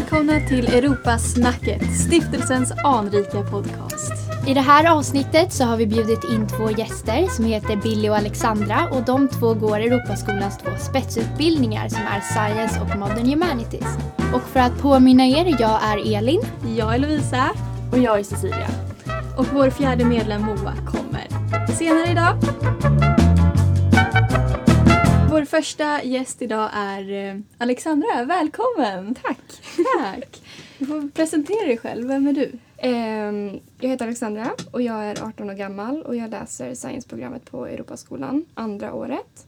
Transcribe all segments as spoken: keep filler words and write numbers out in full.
välkomna till Europasnacket, stiftelsens anrika podcast. I det här avsnittet så har vi bjudit in två gäster som heter Billy och Alexandra, och de två går Europaskolans två spetsutbildningar som är Science och Modern Humanities. Och för att påminna er, jag är Elin. Jag är Lovisa. Och jag är Cecilia. Och vår fjärde medlem Moa kommer senare idag. Vår första gäst idag är Alexandra. Välkommen! Tack! Tack! Du får presentera dig själv. Vem är du? Um, jag heter Alexandra och jag är arton år gammal och jag läser Science-programmet på Europaskolan andra året.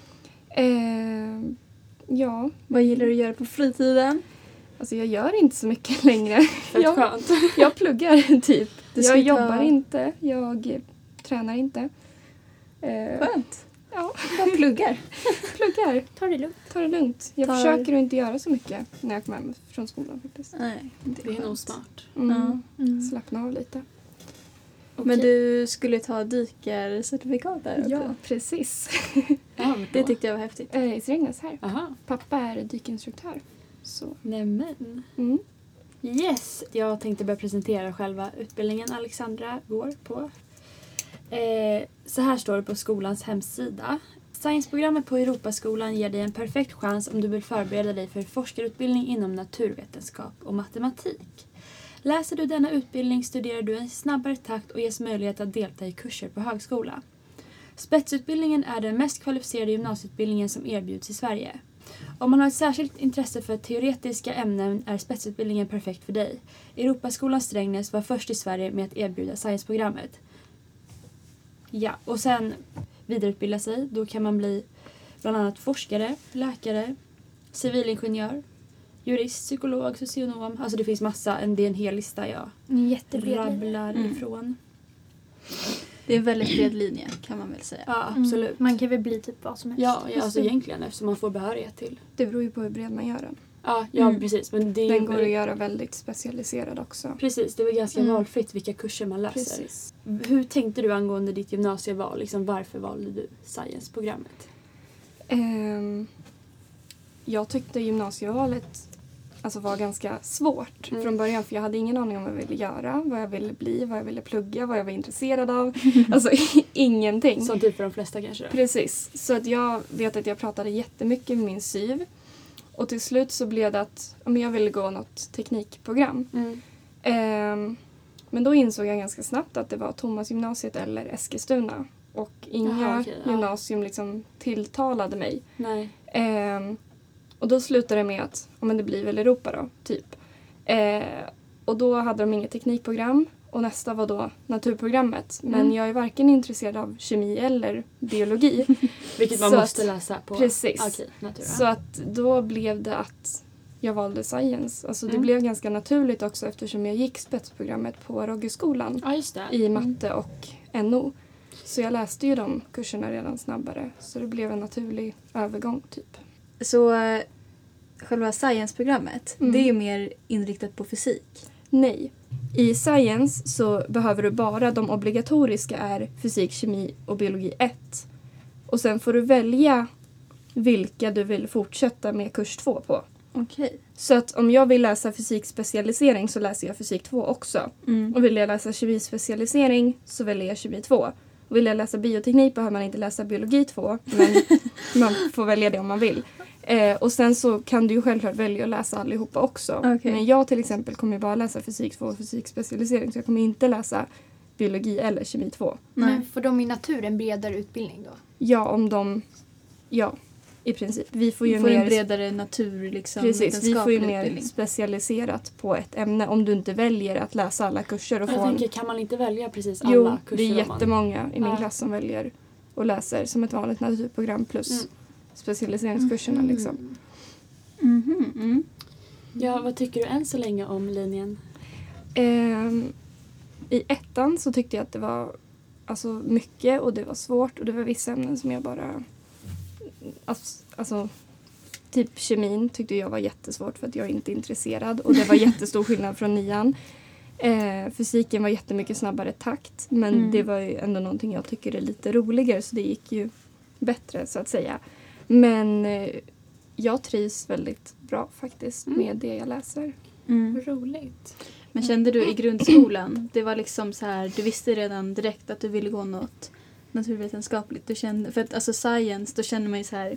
Um, ja. Vad gillar du att göra på fritiden? Alltså jag gör inte så mycket längre. jag, skönt. jag pluggar typ. Du jag ta... jobbar inte, jag tränar inte. Uh, Skönt. Ja, jag pluggar. pluggar. Ta det lugnt. Ta det lugnt. Jag Tar... försöker att inte göra så mycket när jag kommer hem från skolan faktiskt. Nej, det är, det är nog smart. Mm. Ja. Mm. Slappna av lite. Okay. Men du skulle ta dykarcertifikat där också? Ja, precis. Ja, det tyckte jag var häftigt. Äh, I Strängnäs här. Aha. Pappa är dykinstruktör. Så. Nämen. Mm. Yes, jag tänkte börja presentera själva utbildningen Alexandra går på. Eh, så här står det på skolans hemsida. Science-programmet på Europaskolan ger dig en perfekt chans om du vill förbereda dig för forskarutbildning inom naturvetenskap och matematik. Läser du denna utbildning studerar du i en snabbare takt och ges möjlighet att delta i kurser på högskola. Spetsutbildningen är den mest kvalificerade gymnasieutbildningen som erbjuds i Sverige. Om man har ett särskilt intresse för teoretiska ämnen är spetsutbildningen perfekt för dig. Europaskolan Strängnäs var först i Sverige med att erbjuda Science-programmet. Ja, och sen vidareutbilda sig. Då kan man bli bland annat forskare, läkare, civilingenjör, jurist, psykolog, socionom. Alltså det finns massa, det är en hel lista jag rabblar mm. ifrån. Det är en väldigt bred linje kan man väl säga. Ja, absolut. Mm. Man kan väl bli typ vad som helst. Ja, ja alltså egentligen eftersom man får behörighet till. Det beror ju på hur bred man gör den. Ja, ja Mm. precis. Men det är den går att göra väldigt specialiserad också. Precis, det är väl ganska Mm. valfritt vilka kurser man läser. Precis. Hur tänkte du angående ditt gymnasieval? Liksom, varför valde du Science-programmet? Um, jag tyckte gymnasievalet alltså, var ganska svårt Mm. från början. För jag hade ingen aning om vad jag ville göra, vad jag ville bli, vad jag ville plugga, vad jag var intresserad av. Alltså ingenting. Som typ för de flesta kanske då. Precis. Så att jag vet att jag pratade jättemycket med min syv. Och till slut så blev det att om jag ville gå något teknikprogram. Mm. Ehm, men då insåg jag ganska snabbt att det var Thomas gymnasiet eller Eskilstuna. Och inga Jaha, okej, ja. gymnasium liksom tilltalade mig. Nej. Ehm, och då slutade det med att ja, men det blir väl Europa då, typ. Ehm, och då hade de inget teknikprogram. Och nästa var då naturprogrammet. Men Mm. jag är varken intresserad av kemi eller biologi. Vilket man Så måste att- läsa på. Precis. Okej, natur. Så att då blev det att jag valde science. Alltså det Mm. blev ganska naturligt också eftersom jag gick spetsprogrammet på Roggeskolan Ja, just det. i matte och N O. Så jag läste ju de kurserna redan snabbare. Så det blev en naturlig övergång typ. Så äh, själva science-programmet, Mm. det är ju mer inriktat på fysik. Nej. I science så behöver du bara, de obligatoriska är fysik, kemi och biologi ett. Och sen får du välja vilka du vill fortsätta med kurs två på. Okej. Så att om jag vill läsa fysikspecialisering så läser jag fysik två också. Mm. Och vill jag läsa kemispecialisering så väljer jag kemi två. Och vill jag läsa bioteknik behöver man inte läsa biologi två. Men man får välja det om man vill. Eh, och sen så kan du ju självklart välja att läsa allihopa också. Okay. Men jag till exempel kommer bara läsa fysik två och fysikspecialisering. Så jag kommer inte läsa biologi eller kemi två. Men får de i natur en bredare utbildning då? Ja, om de... Ja, i princip. Vi får ju Du får mer... en bredare natur, liksom, Precis, vi får ju mer utbildning. specialiserat på ett ämne om du inte väljer att läsa alla kurser. Och Jag få en... tänker, kan man inte välja precis alla Jo, kurser? det är om man- jättemånga i min Ja. klass som väljer och läser som ett vanligt naturprogram plus Mm. specialiseringskurserna. Mm. Liksom. Mhm, mm. Ja, vad tycker du än så länge om linjen? Ehm, I ettan så tyckte jag att det var alltså, mycket och det var svårt och det var vissa ämnen som jag bara... Alltså, alltså typ kemin tyckte jag var jättesvårt för att jag är inte intresserad och det var jättestor skillnad från nian. Eh, fysiken var jättemycket snabbare takt men Mm. det var ju ändå någonting jag tycker är lite roligare så det gick ju bättre så att säga. Men eh, jag trivs väldigt bra faktiskt Mm. med det jag läser. Mm. Vad roligt. Men kände du i grundskolan, det var liksom så här, du visste redan direkt att du ville gå något naturvetenskapligt. Du kände, för att alltså science, då känner man ju så här,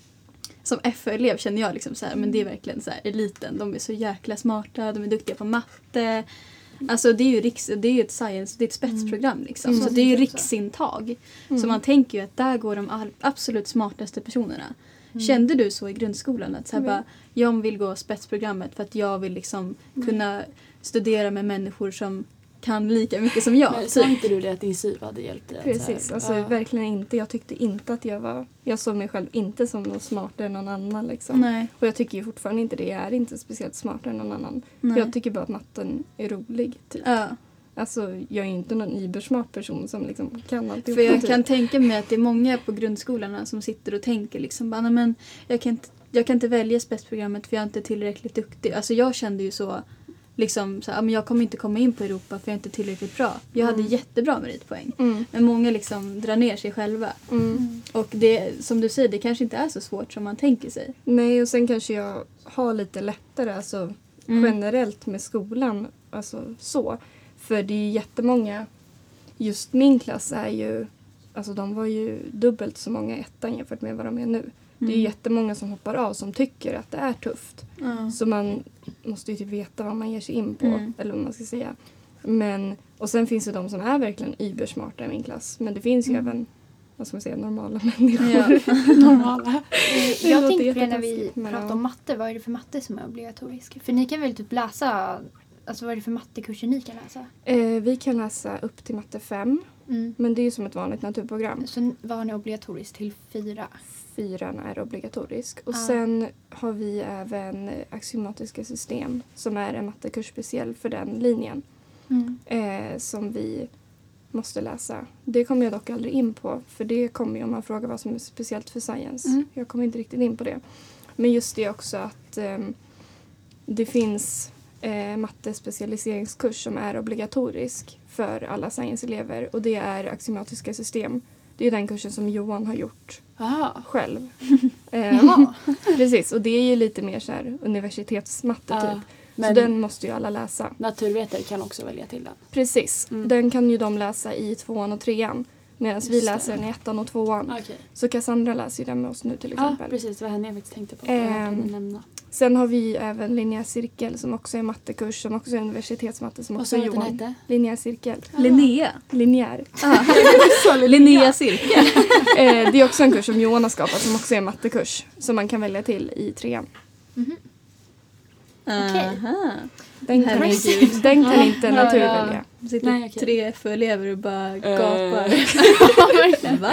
som F Ö-elev känner jag liksom så här, men det är verkligen så här eliten. De är så jäkla smarta, de är duktiga på matte. Alltså det är ju, riks, det är ju ett science, det är ett spetsprogram liksom. Mm. Så det är ju riksintag. Mm. Så man tänker ju att där går de all, absolut smartaste personerna. Mm. Kände du så i grundskolan att så här Mm. bara, jag vill gå spetsprogrammet för att jag vill liksom kunna studera med människor som kan lika mycket som jag? Men sa typ. inte du det att din syv hade hjälpt dig? att Precis, så här- alltså ja. verkligen inte. Jag tyckte inte att jag var... Jag såg mig själv inte som någon smartare än någon annan liksom. Nej. Och jag tycker ju fortfarande inte det. Jag är inte speciellt smartare än någon annan. Nej. Jag tycker bara att matten är rolig, typ. Ja. Alltså, jag är inte någon ibersmart person som liksom kan allt. För jag kan tänka mig att det är många på grundskolan som sitter och tänker liksom bara, nej men jag kan inte, jag kan inte välja spetsprogrammet för jag är inte tillräckligt duktig. Alltså jag kände ju så liksom så här, ja, men jag kommer inte komma in på Europa för jag är inte tillräckligt bra. Jag hade Mm. jättebra meritpoäng. Mm. Men många liksom drar ner sig själva. Mm. Och det, som du säger, det kanske inte är så svårt som man tänker sig. Nej, och sen kanske jag har lite lättare alltså, Mm. generellt med skolan. Alltså så. För det är ju jättemånga... Just min klass är ju... Alltså de var ju dubbelt så många i ettan jämfört med vad de är nu. Det är ju jättemånga som hoppar av som tycker att det är tufft. Ja. Så man måste ju typ veta vad man ger sig in på. Mm. Eller vad man ska säga. Men, och sen finns det de som är verkligen ybersmarta i min klass. Men det finns ju Mm. även, vad ska man säga, normala människor. Ja. Normala. Det Jag låter tänkte på det när vi jättetaskigt, men pratade ja. om matte. Vad är det för matte som är obligatorisk? För ni kan väl typ läsa... Alltså vad är det för mattekurser ni kan läsa? Eh, vi kan läsa upp till matte fem. Mm. Men det är ju som ett vanligt naturprogram. Så vad har ni obligatoriskt till fyra? Fyran är obligatorisk. Och Ah. sen har vi även eh, axiomatiska system. Som är en mattekurs speciell för den linjen. Mm. Eh, som vi måste läsa. Det kommer jag dock aldrig in på. För det kommer ju om man frågar vad som är speciellt för science. Mm. Jag kommer inte riktigt in på det. Men just det också att eh, det finns eh, mattespecialiseringskurs som är obligatorisk för alla science-elever. Och det är axiomatiska system. Det är den kursen som Johan har gjort Aha. själv. Eh, Jaha. precis, och det är ju lite mer så här universitetsmatte Ja, typ. men Så den måste ju alla läsa. naturvetare kan också välja till den. Precis, Mm. den kan ju de läsa i tvåan och trean. Medan vi Just det. läser den i ettan och tvåan. Okej. Så Cassandra läser ju den med oss nu till Ja, exempel. precis. Det var henne jag faktiskt tänkte på. Ehm, Jag hade nämna. Sen har vi även linjär cirkel som också är mattekurs. Som också är universitetsmatte som Vad också sa är du att den Johan. hette? Linjär cirkel. Linnea. Linjär. Linnea Cirkel. Eh, det är också en kurs som Johan har skapat som också är mattekurs. Som man kan välja till i trean. Mhm. Aha. Den kan, Herregud. inte, den kan inte Ja, natur ja. välja. Det sitter Nej, okej. tre F Ö-elever och bara Eh. gapar. Va?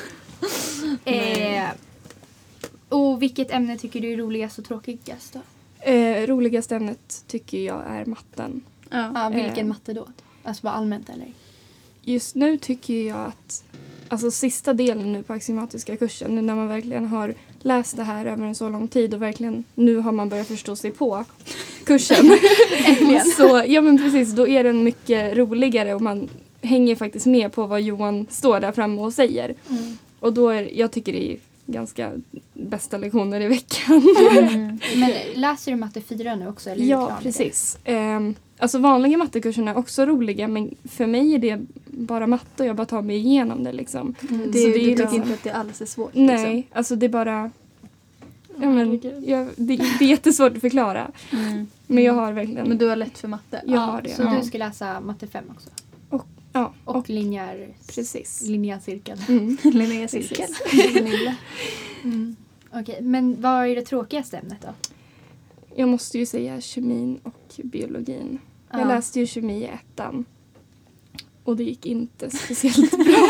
Eh, och vilket ämne tycker du är roligast och tråkigast då? Eh, roligaste ämnet tycker jag är matten. Ja. Ja, vilken Eh. matte då? Alltså bara allmänt eller? Just nu tycker jag att alltså sista delen nu på axiomatiska kursen, nu när man verkligen har läst det här över en så lång tid och verkligen nu har man börjat förstå sig på kursen. Så ja men precis, då är den mycket roligare och man hänger faktiskt med på vad Johan står där framme och säger. Mm. Och då är, jag tycker det är ganska bästa lektioner i veckan. Mm. Men läser du matte fyra nu också? Eller är du Ja, klar med precis. Um, alltså vanliga mattekurserna är också roliga men för mig är det bara matte och jag bara tar mig igenom det liksom. Mm. Det är, Så ju- det är du tycker liksom- inte att det alls är svårt? Nej, Liksom. alltså det är bara... Ja, men, jag, det, det är jättesvårt att förklara. Mm. Men jag har verkligen... Men du har lätt för matte? Jag har det. Så ja. du ska läsa matte fem också? ja, Och, och, linjär, precis. linjär cirkel? Mm. Linnea Cirkel. Mm. Okej, men vad är det tråkigaste ämnet då? Jag måste ju säga kemin och biologin. Jag Ja. läste ju kemi i ettan. Och det gick inte speciellt bra.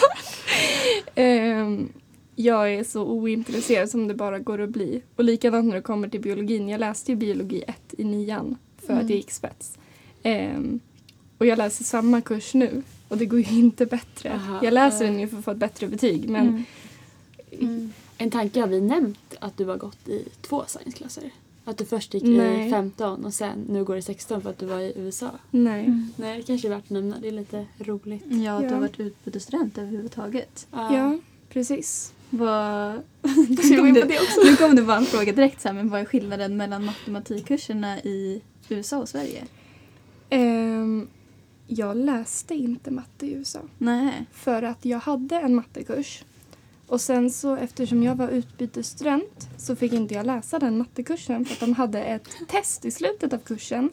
Ehm, jag är så ointresserad som det bara går att bli. Och likadant när det kommer till biologin. Jag läste ju biologi ett i nian för Mm. att jag gick spets. Ehm, och jag läser samma kurs nu. Och det går ju inte bättre. Aha. Jag läser den ju för att få ett bättre betyg. Men Mm. Mm. En tanke har vi nämnt att du har gått i två science-klasser. Att du först gick Nej. i femton och sen nu går i sexton för att du var i U S A. nej. Nej, det kanske är värt att nämna. Det är lite roligt. Ja, att du Ja. har varit utbytesstudent överhuvudtaget. Ja, precis. Vad, nu, kom det, nu kom det bara en fråga direkt så här, men vad är skillnaden mellan matematikkurserna i U S A och Sverige? Um, jag läste inte matte i U S A. Nej. För att jag hade en mattekurs. Och sen så eftersom jag var utbytesstudent så fick inte jag läsa den mattekursen för att de hade ett test i slutet av kursen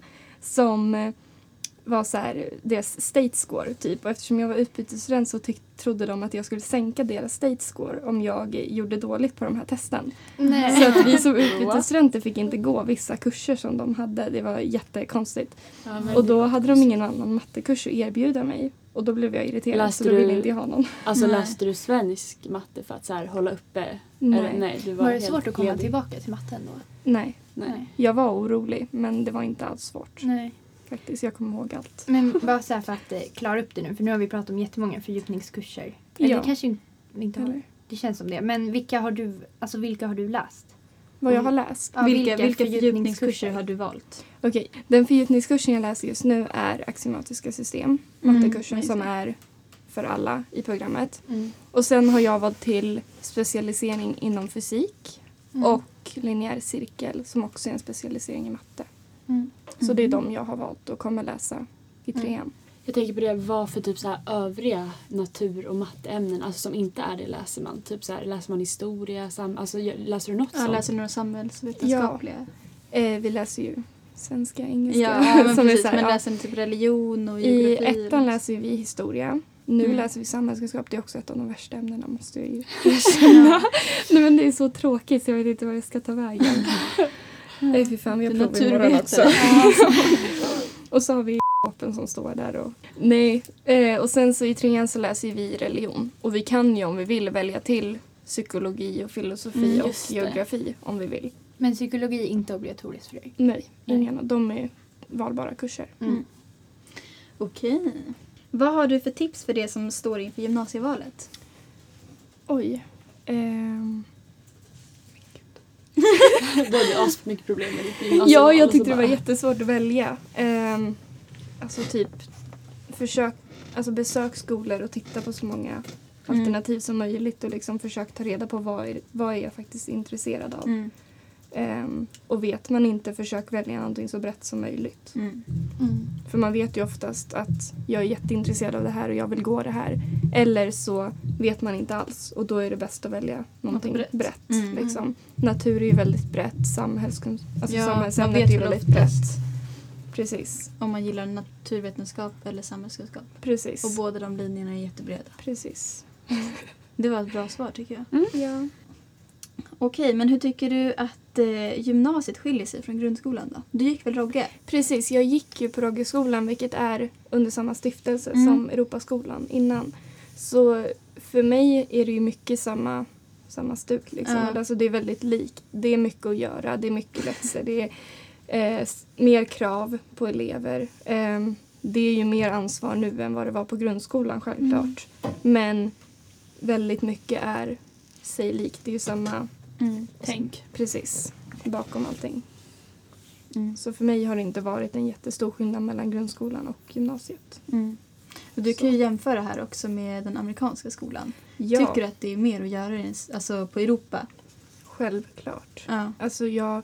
som var så här deras state score typ. Och eftersom jag var utbytesstudent så tyck- trodde de att jag skulle sänka deras state score om jag gjorde dåligt på de här testen. Nej. Så att vi som utbytesstudenter fick inte gå vissa kurser som de hade. Det var jättekonstigt. Ja, men Och då hade de ingen annan mattekurs att erbjuda mig. Och då blev jag irriterad Läste så då ville du- inte jag ha någon. Alltså Nej. läste du svensk matte för att så här, hålla uppe? Nej. Eller, nej du var Var det helt svårt att komma ledig. tillbaka till matten då? Nej, Nej. jag var orolig men det var inte alls svårt. Nej. Faktiskt, jag kommer ihåg allt. Men bara så här för att eh, klara upp det nu. För nu har vi pratat om jättemånga fördjupningskurser. Eller Ja. det kanske inte, inte har. Eller? Det känns som det. Men vilka har du, alltså vilka har du läst? Vad jag har läst. Ja, vilka, vilka vilka fördjupningskurser fördjupningskurser har du valt? Okej, den fördjupningskursen jag läser just nu är axiomatiska system. Mm, Mattekursen just som det. är för alla i programmet. Mm. Och sen har jag valt till specialisering inom fysik Mm. och linjär cirkel som också är en specialisering i matte. Mm. Så det är Mm. de jag har valt och kommer läsa i trean. Jag tänker på det, vad för typ så här övriga natur- och matteämnen, alltså som inte är det läser man. Typ så här, läser man historia, sam- alltså gö- läser du något Jag sånt? läser några samhällsvetenskapliga. Eh, vi läser ju svenska, engelska. Ja, men som är precis. så här, Men ja. läser ni typ religion och I geografi? ettan läser vi historia. Nu Mm. läser vi samhällskunskap. Det är också ett av de värsta ämnena måste jag ju erkänna. Nej, men det är så tråkigt så jag vet inte vad jag ska ta vägen. Nej fy fan, vi har Det är prov imorgon också. naturvetare. Och så har vi vapen som står där. Och, nej. Eh, och sen så i trean så läser vi religion. Och vi kan ju om vi vill välja till psykologi och filosofi Mm, och just det. geografi om vi vill. Men psykologi är inte obligatoriskt för dig? Nej, Nej. ingen av dem är valbara kurser. Mm. Okej. Vad har du för tips för det som står inför gymnasievalet? Oj. Ehm. Du hade ju asmycket problem med ditt gymnasium. Ja, jag Och så tyckte det var bara- jättesvårt att välja. Um, alltså typ försök, alltså besök skolor och titta på så många Mm. alternativ som möjligt och liksom försök ta reda på vad är, vad är jag faktiskt intresserad av. Mm. Um, och vet man inte, försök välja någonting så brett som möjligt. Mm. Mm. För man vet ju oftast att jag är jätteintresserad av det här och jag vill gå det här. Eller så vet man inte alls och då är det bäst att välja någonting brett. brett. Mm. liksom. Natur är ju väldigt brett, samhällskunskap, alltså Ja, man samhällsämnet vet är ju väl väldigt oftast brett. Precis, om man gillar naturvetenskap eller samhällskunskap. precis. Och båda de linjerna är jättebreda. Precis. Det var ett bra svar tycker jag. Ja. Okej, men hur tycker du att eh, gymnasiet skiljer sig från grundskolan då? Du gick väl Rogge? Precis, jag gick ju på Roggeskolan vilket är under samma stiftelse Mm. som Europaskolan innan. Så för mig är det ju mycket samma, samma stuk. Liksom. Ja. Alltså det är väldigt likt. Det är mycket att göra, det är mycket läxor, det är eh, s- mer krav på elever. Eh, det är ju mer ansvar nu än vad det var på grundskolan självklart. Men väldigt mycket är sig likt. Det är ju samma, Mm. Tänk. precis, bakom allting. Mm. Så för mig har det inte varit en jättestor skillnad mellan grundskolan och gymnasiet. Mm. Och du kan ju jämföra här också med den amerikanska skolan. Ja, Tycker du att det är mer att göra i- alltså på Europa? självklart. Ja. Alltså jag...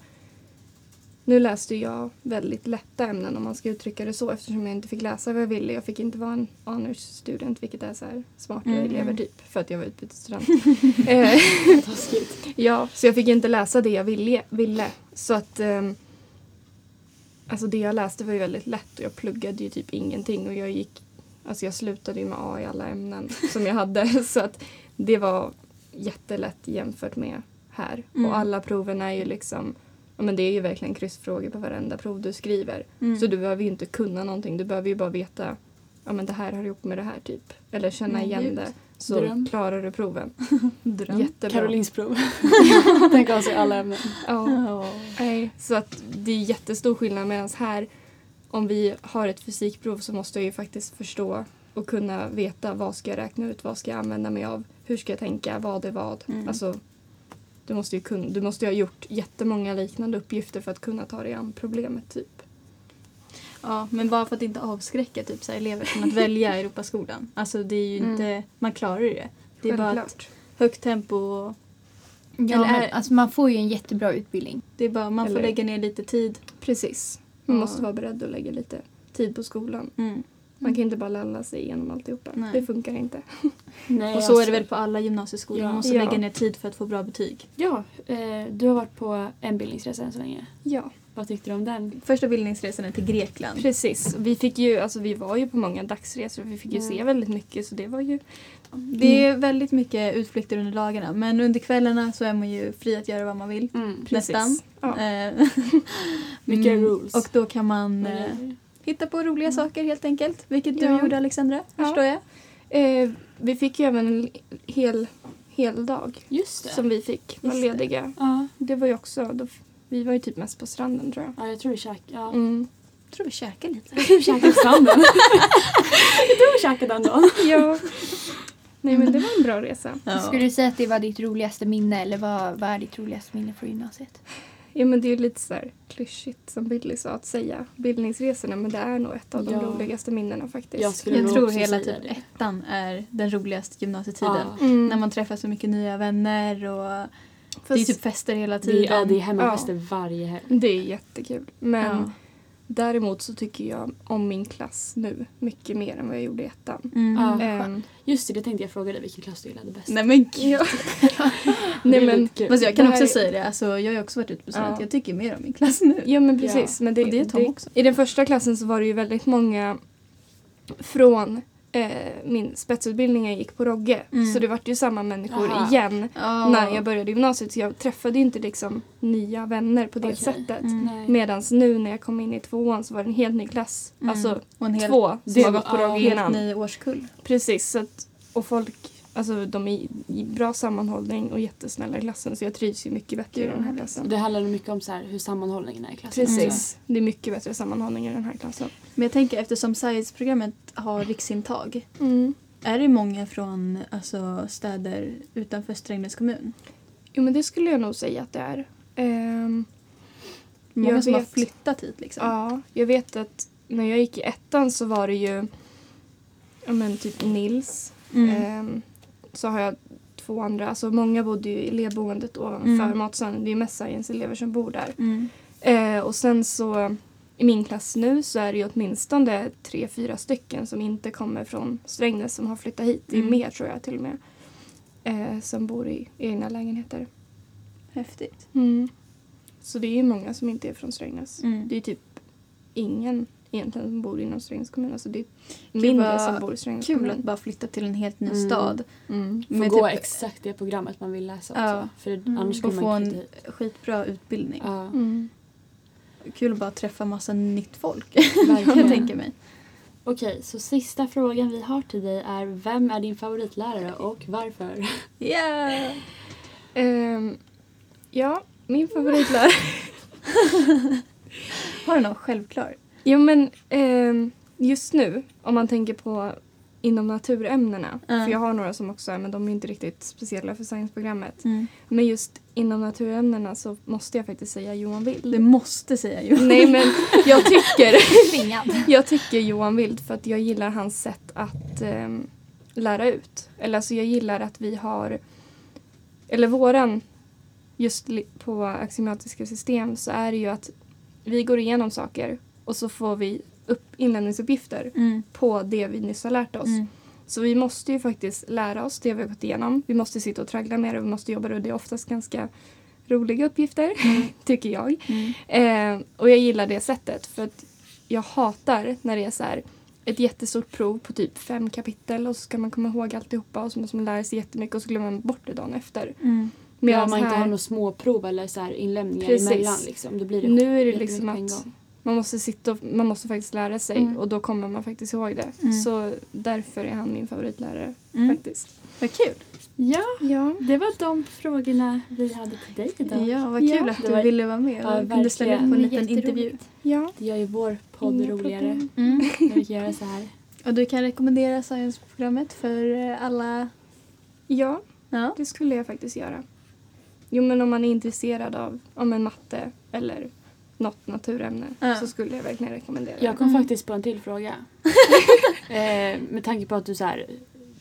Nu läste jag väldigt lätta ämnen om man ska uttrycka det så eftersom jag inte fick läsa vad jag ville. Jag fick inte vara en honors student vilket är så här smartare Mm. elever typ för att jag var utbytesstudent. Eh, Taskigt. ja, så jag fick inte läsa det jag ville. ville. Så att... ehm, alltså det jag läste var ju väldigt lätt och jag pluggade ju typ ingenting och jag gick... Alltså jag slutade ju med A i alla ämnen som jag hade så att det var jättelätt jämfört med här. Mm. Och alla proven är ju liksom... Ja, men det är ju verkligen kryssfrågor på varenda prov du skriver. Mm. Så du behöver ju inte kunna någonting. Du behöver ju bara veta ja men det här har ihop med det här typ. Eller känna Mm, igen just. det. Så Dröm. klarar du proven. Dröm. Jättebra. Karolins prov. Tänk ha sig alla ämnen. Ja. Ja. Nej, så att det är jättestor skillnad medan här om vi har ett fysikprov så måste jag ju faktiskt förstå och kunna veta vad ska jag räkna ut, vad ska jag använda mig av, hur ska jag tänka, vad är vad. Mm. Alltså, du måste ju kunna, du måste ju ha gjort jättemånga liknande uppgifter för att kunna ta dig an problemet typ. Ja, men bara för att inte avskräcka typ, så här, elever från att välja Europaskolan. Alltså det är ju Mm. inte, man klarar ju det. Det är bara ett Självklart. högt tempo och Ja, Eller men, är- alltså man får ju en jättebra utbildning. Det är bara, man får Eller- lägga ner lite tid. Precis. Man Ja. måste vara beredd att lägga lite tid på skolan. Mm. Man kan inte bara lalla sig igenom alltihopa. Nej. Det funkar inte. Nej, Och så är det alltså- väl på alla gymnasieskolor. Ja. Man måste Ja. lägga ner tid för att få bra betyg. Ja, eh, du har varit på en bildningsresa än så länge. Ja, Vad tyckte du om den? Första bildningsresan är till Grekland. precis. Vi fick ju, alltså vi var ju på många dagsresor. Vi fick ju Mm. se väldigt mycket så det var ju... Det är väldigt mycket utflykter under dagarna. Men under kvällarna så är man ju fri att göra vad man vill. Mm. Precis. Nästan. Ja. Eh, Mycket mm, rules. Och då kan man eh, Mm. hitta på roliga saker helt enkelt. Vilket du Ja. gjorde, Alexandra. Ja. Förstår jag. Eh, vi fick ju även en hel, hel dag Just det. som vi fick vara Just det. lediga. Ja. Det var ju också... Då, vi var ju typ mest på stranden tror jag. ja, jag tror vi käkade. Ja. Mm. Jag tror vi käkar lite. Vi käkade på stranden. Jag tror vi käkade den dagen. Ja. Nej men det var en bra resa. Ja. Skulle du säga att det var ditt roligaste minne eller vad, vad är ditt roligaste minne från gymnasiet? Ja men det är ju lite så här klyschigt som Billy sa att säga bildningsresorna men det är nog ett av de Ja. roligaste minnena faktiskt. Jag skulle Jag nog tror också hela säga typ det. ettan är den roligaste gymnasietiden. Ja. Mm. När man träffar så mycket nya vänner och Fast det är typ fester hela Det tiden. är, ja, det är hemmafester varje helg. det är jättekul. Men Ja. däremot så tycker jag om min klass nu mycket mer än vad jag gjorde i ettan. Mm. Ja. Ehm, Just det, det tänkte jag fråga dig vilken klass du gillade bäst. Nej men gud. ja. Det Nej är men, lite kul. Fast jag kan Det här också är- säga det. Alltså, jag har ju också varit ute på sånt. Ja. Jag tycker mer om min klass nu. ja men precis. Ja. Men det, Och det är Tom också. I den första klassen så var det ju väldigt många från eh, min spetsutbildning jag gick på Rogge. Mm. Så det var ju samma människor Aha. igen Ja. när jag började gymnasiet. Så jag träffade ju inte liksom nya vänner på det Okej. sättet. Mm. Nej. Medan nu när jag kom in i tvåan så var det en helt ny klass. Mm. Alltså Och en helt, två som det har var- gått på ja, Rogge helt innan. ny årskull. Precis. Så att, och folk, alltså de är i bra sammanhållning och jättesnälla i klassen. Så jag trivs ju mycket bättre i den här klassen. Det handlar nog mycket om så här, hur sammanhållningen är i klassen. Precis. Det är mycket bättre sammanhållning i den här klassen. Men jag tänker eftersom science-programmet har riksintag. Mm. Är det många från alltså, städer utanför Strängnäs kommun? Jo men det skulle jag nog säga att det är. Ehm, Många Jag som har vet. flyttat hit liksom. ja, jag vet att när jag gick i ettan så var det ju ja, men typ Nils. Mm. Ehm, så har jag två andra, alltså många bodde ju i elevboendet ovanför Mm. Matsön. Det är mest science-elever som bor där. Mm. Eh, och sen så i min klass nu så är det ju åtminstone tre, fyra stycken som inte kommer från Strängnäs som har flyttat hit. Det är Mm. mer tror jag till och med. Eh, som bor i egna lägenheter. Häftigt. Så det är ju många som inte är från Strängnäs. Mm. Det är typ ingen egentligen som bor inom Strängnäs kommun. Alltså det är Gud, mindre vad som bor i Strängnäs Kul kommun. att bara flytta till en helt ny Mm. stad. Mm. Får Men gå typ- exakt det programmet man vill läsa också. Ja. För Mm. annars Och skulle få man en inte hit. skitbra utbildning. Ja, Mm. Kul att bara träffa massa nytt folk. verkligen. kan jag tänka mig. Okej, så sista frågan vi har till dig är: vem är din favoritlärare och varför? Yeah. Ehm, ja, min favoritlärare. Har du någon självklar? Jo men ehm, just nu om man tänker på inom naturämnena. Mm. För jag har några som också är men de är inte riktigt speciella för science-programmet. Mm. Men just inom naturämnena så måste jag faktiskt säga Johan Wild. Det måste säga ju. Nej men jag tycker Tvingad. Jag tycker Johan Wild för att jag gillar hans sätt att ehm, lära ut. Eller alltså jag gillar att vi har, eller våran, just li- på axiomatiska system så är det ju att vi går igenom saker och så får vi upp inlämningsuppgifter Mm. på det vi nyss har lärt oss. Mm. Så vi måste ju faktiskt lära oss det vi har gått igenom. Vi måste sitta och traggla med det och vi måste jobba och det är oftast ganska roliga uppgifter, tycker jag. Mm. Eh, och jag gillar det sättet för att jag hatar när det är så här ett jättestort prov på typ fem kapitel och så ska man komma ihåg alltihopa och så måste man lära sig jättemycket och så glömmer man bort det dagen efter. Mm. Ja, Medan om man inte här, har några småprov eller så här inlämningar Precis. emellan. Liksom, då blir det nu är det jättemycket liksom på en att gång. man måste sitta och man måste faktiskt lära sig Mm. och då kommer man faktiskt ihåg det. Mm. Så därför är han min favoritlärare Mm. faktiskt. Vad kul. Ja, Ja. det var de frågorna vi hade till dig idag. Ja, vad kul Ja. att Det du var- ville vara med och Ja, kunde ställa upp på en verkligen. liten Jätteroligt. intervju. Ja. Det gör ju vår podd Inga roligare problem. Mm. när vi kan göra så här. Och du kan rekommendera science-programmet för eh, alla. Ja, Ja. det skulle jag faktiskt göra. Jo, men om man är intresserad av om en matte eller något naturämne Ja. så skulle jag verkligen rekommendera Jag det. kom Mm. faktiskt på en till fråga. eh, med tanke på att du så här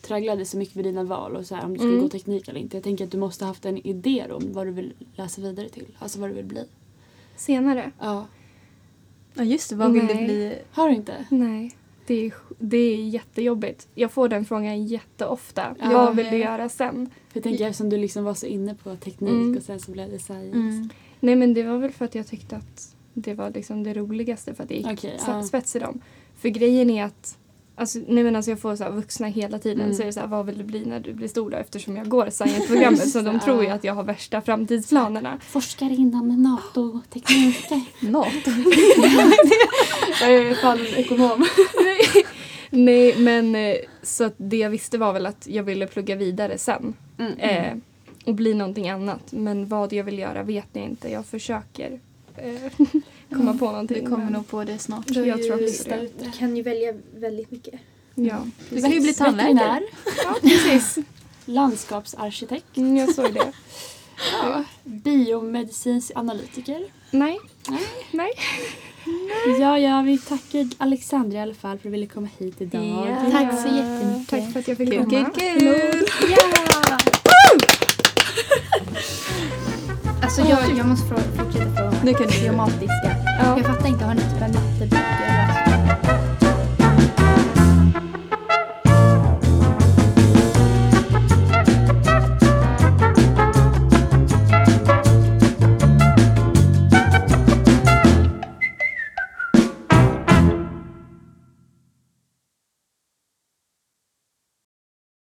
präglade så mycket vid dina val och så här, om du skulle Mm. gå teknik eller inte. Jag tänker att du måste ha haft en idé om vad du vill läsa vidare till. Alltså vad du vill bli. Senare? Ja. Ja just det, vad vill Nej. du bli? Har du inte? Nej. Det är, det är jättejobbigt. Jag får den frågan jätteofta. Ja, Vad vill men- du göra sen? För jag tänker eftersom du liksom var så inne på teknik Mm. och sen så blev det science. Mm. Nej, men det var väl för att jag tyckte att det var liksom det roligaste för att jag gick Okej, okay, ja. spets i dem. För grejen är att alltså, nej, men alltså jag får så här vuxna hela tiden Mm. så är det så här, vad vill du bli när du blir stor då? Eftersom jag går science-programmet så de Ja. tror ju att jag har värsta framtidsplanerna. Forskare inom NATO-tekniker. Något. Jag är fan ekonom. Nej, men eh, så att det jag visste var väl att jag ville plugga vidare sen. Mm. Eh, och bli någonting annat. Men vad jag vill göra vet jag inte. Jag försöker eh, komma på någonting. Du kommer men- nog på det snart. Jag tror också det. Du kan ju välja väldigt mycket. Ja, Du kan ju bli tandläkare. Veterinär, ja precis. landskapsarkitekt, Mm, jag såg det. ja. biomedicinsk analytiker. Nej. Nej. Nej. Ja, ja, vi tackar Alexandra i alla fall för att du ville komma hit idag. Ja. Tack så jättemycket. Tack för att jag fick Kul, komma. kul, kul. Ja! Alltså jag, jag måste frå- fortsätta fråga Nu kan du. biomatiska. Ja. Jag fattar inte, har ni typ en mattebok